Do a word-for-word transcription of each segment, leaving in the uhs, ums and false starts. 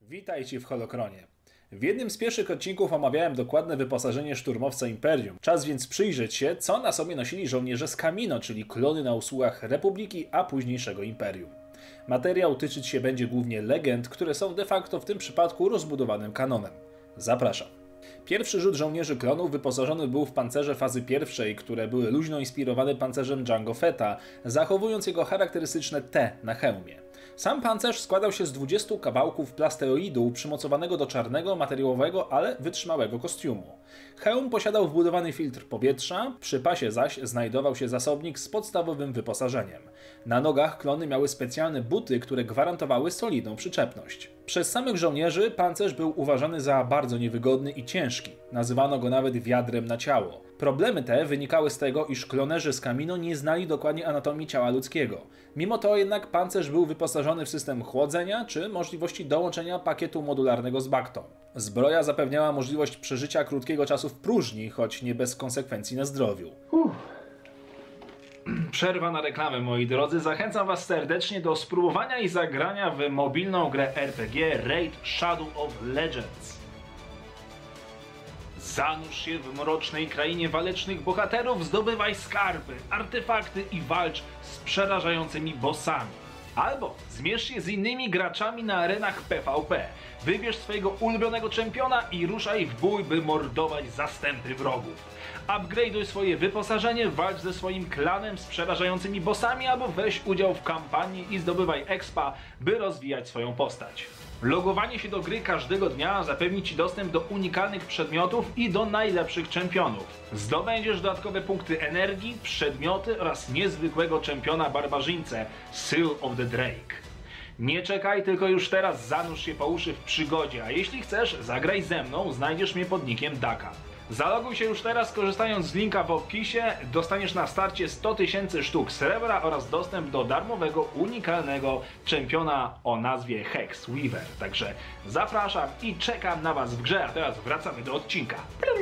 Witajcie w Holokronie. W jednym z pierwszych odcinków omawiałem dokładne wyposażenie szturmowca Imperium. Czas więc przyjrzeć się, co na sobie nosili żołnierze z Kamino, czyli klony na usługach Republiki, a późniejszego Imperium. Materiał tyczyć się będzie głównie legend, które są de facto w tym przypadku rozbudowanym kanonem. Zapraszam. Pierwszy rzut żołnierzy klonów wyposażony był w pancerze fazy pierwszej, które były luźno inspirowane pancerzem Jango Fetta, zachowując jego charakterystyczne T na hełmie. Sam pancerz składał się z dwudziestu kawałków plasteroidu przymocowanego do czarnego, materiałowego, ale wytrzymałego kostiumu. Hełm posiadał wbudowany filtr powietrza, przy pasie zaś znajdował się zasobnik z podstawowym wyposażeniem. Na nogach klony miały specjalne buty, które gwarantowały solidną przyczepność. Przez samych żołnierzy pancerz był uważany za bardzo niewygodny i ciężki. Nazywano go nawet wiadrem na ciało. Problemy te wynikały z tego, iż klonerzy z Kamino nie znali dokładnie anatomii ciała ludzkiego. Mimo to jednak pancerz był wyposażony w system chłodzenia czy możliwości dołączenia pakietu modularnego z baktą. Zbroja zapewniała możliwość przeżycia krótkiego czasu w próżni, choć nie bez konsekwencji na zdrowiu. Uff. Przerwa na reklamę, moi drodzy. Zachęcam was serdecznie do spróbowania i zagrania w mobilną grę R P G Raid Shadow of Legends. Zanurz się w mrocznej krainie walecznych bohaterów, zdobywaj skarby, artefakty i walcz z przerażającymi bossami. Albo zmierz się z innymi graczami na arenach P V P. Wybierz swojego ulubionego czempiona i ruszaj w bój, by mordować zastępy wrogów. Upgrade'uj swoje wyposażenie, walcz ze swoim klanem z przerażającymi bossami, albo weź udział w kampanii i zdobywaj expa, by rozwijać swoją postać. Logowanie się do gry każdego dnia zapewni ci dostęp do unikalnych przedmiotów i do najlepszych czempionów. Zdobędziesz dodatkowe punkty energii, przedmioty oraz niezwykłego czempiona barbarzyńcę Seal of the Drake. Nie czekaj, tylko już teraz zanurz się po uszy w przygodzie, a jeśli chcesz, zagraj ze mną, znajdziesz mnie pod nickiem Daka. Zaloguj się już teraz, korzystając z linka w opisie, dostaniesz na starcie sto tysięcy sztuk srebra oraz dostęp do darmowego, unikalnego czempiona o nazwie Hex Weaver. Także zapraszam i czekam na was w grze, a teraz wracamy do odcinka.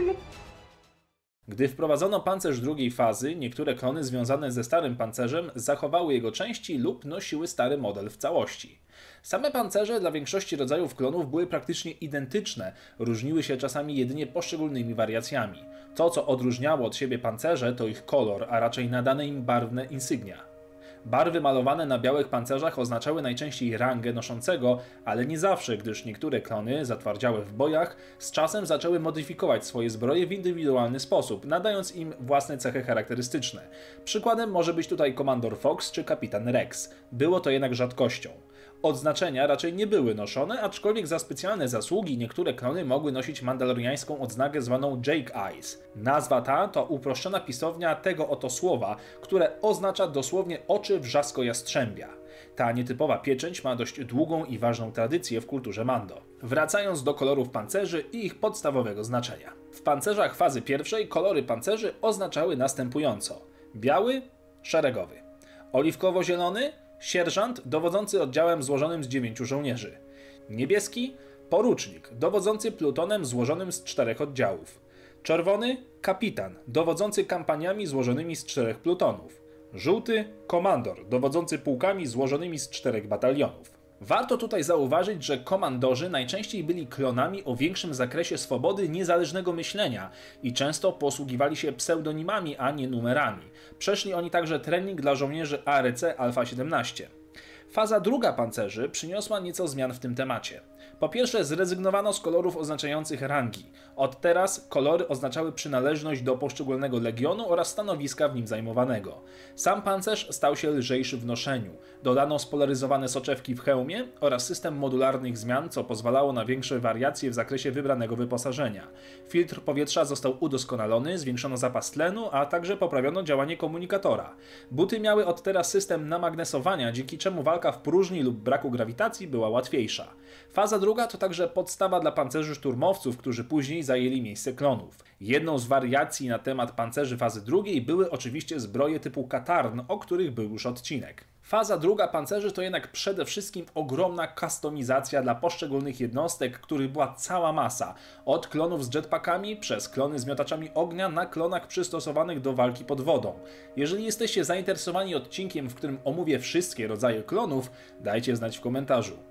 Gdy wprowadzono pancerz drugiej fazy, niektóre klony związane ze starym pancerzem zachowały jego części lub nosiły stary model w całości. Same pancerze dla większości rodzajów klonów były praktycznie identyczne, różniły się czasami jedynie poszczególnymi wariacjami. To, co odróżniało od siebie pancerze, to ich kolor, a raczej nadane im barwne insygnia. Barwy malowane na białych pancerzach oznaczały najczęściej rangę noszącego, ale nie zawsze, gdyż niektóre klony, zatwardziałe w bojach, z czasem zaczęły modyfikować swoje zbroje w indywidualny sposób, nadając im własne cechy charakterystyczne. Przykładem może być tutaj Komandor Fox czy Kapitan Rex. Było to jednak rzadkością. Odznaczenia raczej nie były noszone, aczkolwiek za specjalne zasługi niektóre klony mogły nosić mandaloriańską odznakę zwaną Jake Eyes. Nazwa ta to uproszczona pisownia tego oto słowa, które oznacza dosłownie oczy wrzasko jastrzębia. Ta nietypowa pieczęć ma dość długą i ważną tradycję w kulturze Mando. Wracając do kolorów pancerzy i ich podstawowego znaczenia. W pancerzach fazy pierwszej kolory pancerzy oznaczały następująco: biały, szeregowy, oliwkowo-zielony, sierżant dowodzący oddziałem złożonym z dziewięciu żołnierzy, niebieski, porucznik dowodzący plutonem złożonym z czterech oddziałów, czerwony, kapitan dowodzący kampaniami złożonymi z czterech plutonów, żółty, komandor dowodzący pułkami złożonymi z czterech batalionów. Warto tutaj zauważyć, że komandorzy najczęściej byli klonami o większym zakresie swobody niezależnego myślenia i często posługiwali się pseudonimami, a nie numerami. Przeszli oni także trening dla żołnierzy A R C Alfa siedemnaście. Faza druga pancerzy przyniosła nieco zmian w tym temacie. Po pierwsze, zrezygnowano z kolorów oznaczających rangi. Od teraz kolory oznaczały przynależność do poszczególnego legionu oraz stanowiska w nim zajmowanego. Sam pancerz stał się lżejszy w noszeniu. Dodano spolaryzowane soczewki w hełmie oraz system modularnych zmian, co pozwalało na większe wariacje w zakresie wybranego wyposażenia. Filtr powietrza został udoskonalony, zwiększono zapas tlenu, a także poprawiono działanie komunikatora. Buty miały od teraz system namagnesowania, dzięki czemu walka w próżni lub braku grawitacji była łatwiejsza. Faza druga to także podstawa dla pancerzy szturmowców, którzy później zajęli miejsce klonów. Jedną z wariacji na temat pancerzy fazy drugiej były oczywiście zbroje typu Katarn, o których był już odcinek. Faza druga pancerzy to jednak przede wszystkim ogromna kustomizacja dla poszczególnych jednostek, których była cała masa. Od klonów z jetpackami, przez klony z miotaczami ognia, na klonach przystosowanych do walki pod wodą. Jeżeli jesteście zainteresowani odcinkiem, w którym omówię wszystkie rodzaje klonów, dajcie znać w komentarzu.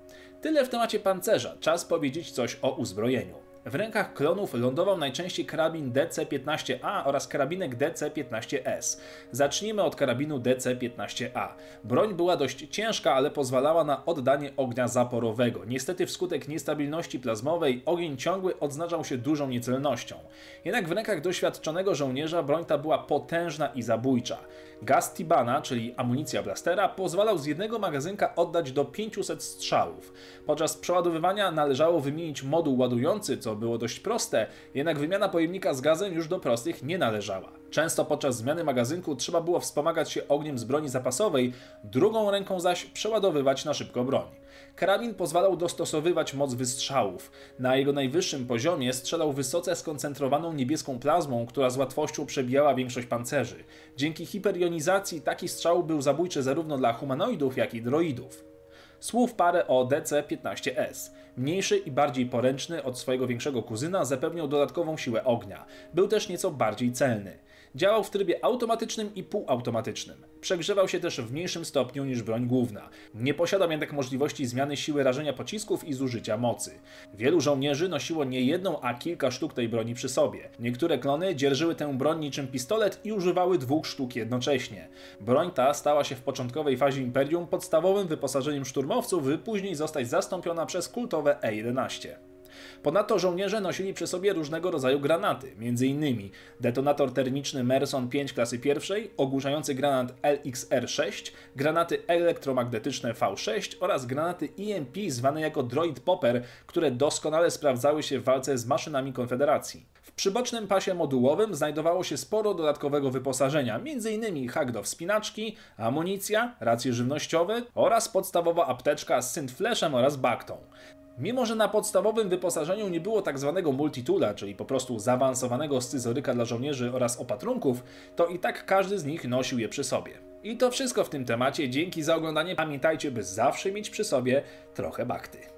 Tyle w temacie pancerza, czas powiedzieć coś o uzbrojeniu. W rękach klonów lądował najczęściej karabin D C piętnaście A oraz karabinek D C piętnaście S. Zacznijmy od karabinu D C piętnaście A. Broń była dość ciężka, ale pozwalała na oddanie ognia zaporowego. Niestety wskutek niestabilności plazmowej ogień ciągły odznaczał się dużą niecelnością. Jednak w rękach doświadczonego żołnierza broń ta była potężna i zabójcza. Gaz Tibana, czyli amunicja blastera, pozwalał z jednego magazynka oddać do pięciuset strzałów. Podczas przeładowywania należało wymienić moduł ładujący, co było dość proste, jednak wymiana pojemnika z gazem już do prostych nie należała. Często podczas zmiany magazynku trzeba było wspomagać się ogniem z broni zapasowej, drugą ręką zaś przeładowywać na szybko broń. Karabin pozwalał dostosowywać moc wystrzałów. Na jego najwyższym poziomie strzelał wysoce skoncentrowaną niebieską plazmą, która z łatwością przebijała większość pancerzy. Dzięki hiperjonizacji taki strzał był zabójczy zarówno dla humanoidów, jak i droidów. Słów parę o D C piętnaście S. Mniejszy i bardziej poręczny od swojego większego kuzyna zapewniał dodatkową siłę ognia. Był też nieco bardziej celny. Działał w trybie automatycznym i półautomatycznym. Przegrzewał się też w mniejszym stopniu niż broń główna. Nie posiadał jednak możliwości zmiany siły rażenia pocisków i zużycia mocy. Wielu żołnierzy nosiło nie jedną, a kilka sztuk tej broni przy sobie. Niektóre klony dzierżyły tę broń niczym pistolet i używały dwóch sztuk jednocześnie. Broń ta stała się w początkowej fazie Imperium podstawowym wyposażeniem szturmowców, by później zostać zastąpiona przez kultowe E jedenaście. Ponadto żołnierze nosili przy sobie różnego rodzaju granaty, między innymi detonator termiczny Merson pięć klasy pierwszej, ogłuszający granat L X R sześć, granaty elektromagnetyczne V sześć oraz granaty E M P zwane jako Droid Popper, które doskonale sprawdzały się w walce z maszynami Konfederacji. W przybocznym pasie modułowym znajdowało się sporo dodatkowego wyposażenia, między innymi hak do wspinaczki, amunicja, racje żywnościowe oraz podstawowa apteczka z synthflashem oraz baktą. Mimo że na podstawowym wyposażeniu nie było tak zwanego multitoola, czyli po prostu zaawansowanego scyzoryka dla żołnierzy oraz opatrunków, to i tak każdy z nich nosił je przy sobie. I to wszystko w tym temacie. Dzięki za oglądanie. Pamiętajcie, by zawsze mieć przy sobie trochę bakty.